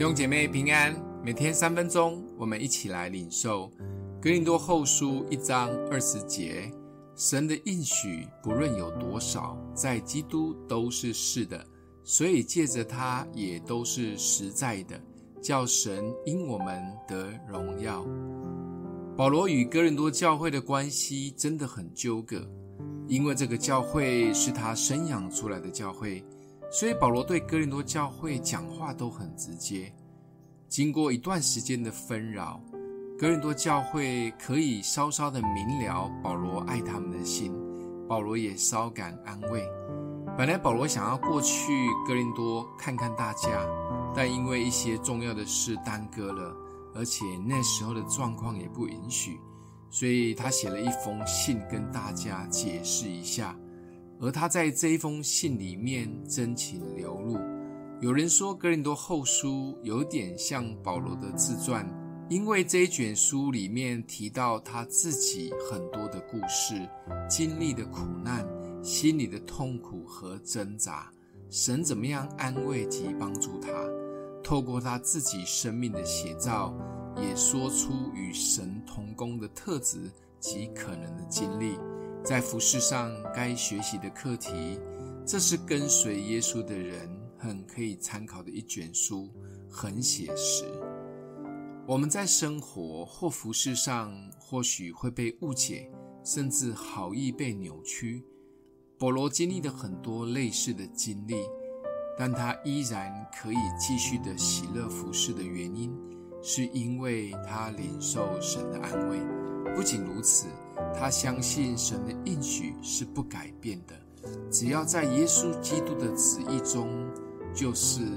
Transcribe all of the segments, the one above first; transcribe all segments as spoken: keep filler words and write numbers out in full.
弟兄姐妹平安，每天三分钟，我们一起来领受哥林多后书一章二十节，神的应许不论有多少，在基督都是是的，所以借着他也都是实在的，叫神因我们得荣耀。保罗与哥林多教会的关系真的很纠葛，因为这个教会是他生养出来的教会，所以保罗对哥林多教会讲话都很直接。经过一段时间的纷扰，哥林多教会可以稍稍的明了保罗爱他们的心，保罗也稍感安慰。本来保罗想要过去哥林多看看大家，但因为一些重要的事耽搁了，而且那时候的状况也不允许，所以他写了一封信跟大家解释一下。而他在这一封信里面真情流露。有人说哥林多后书有点像保罗的自传，因为这一卷书里面提到他自己很多的故事，经历的苦难，心里的痛苦和挣扎，神怎么样安慰及帮助他，透过他自己生命的写照，也说出与神同工的特质及可能的经历，在服事上该学习的课题。这是跟随耶稣的人很可以参考的一卷书，很写实。我们在生活或服事上或许会被误解，甚至好意被扭曲。保罗经历了很多类似的经历，但他依然可以继续的喜乐服事的原因，是因为他领受神的安慰。不仅如此，他相信神的应许是不改变的，只要在耶稣基督的旨意中，就是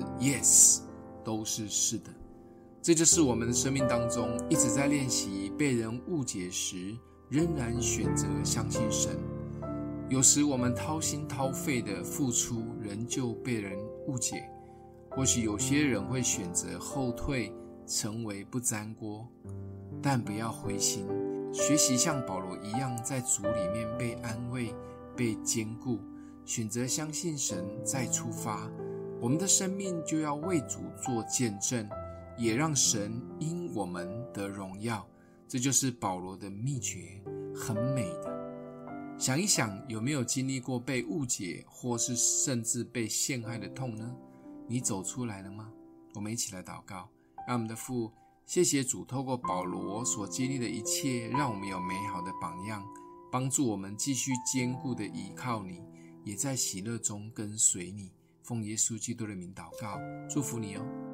yes， 都是是的。这就是我们的生命当中一直在练习被人误解时，仍然选择相信神。有时我们掏心掏肺的付出，仍旧被人误解。或许有些人会选择后退，成为不沾锅，但不要灰心，学习像保罗一样，在主里面被安慰，被坚固，选择相信神再出发。我们的生命就要为主做见证，也让神因我们得荣耀。这就是保罗的秘诀，很美的。想一想，有没有经历过被误解，或是甚至被陷害的痛呢？你走出来了吗？我们一起来祷告。让我们的父，谢谢主透过保罗所经历的一切，让我们有美好的榜样，帮助我们继续坚固的依靠你，也在喜乐中跟随你。奉耶稣基督的名祷告，祝福你哦。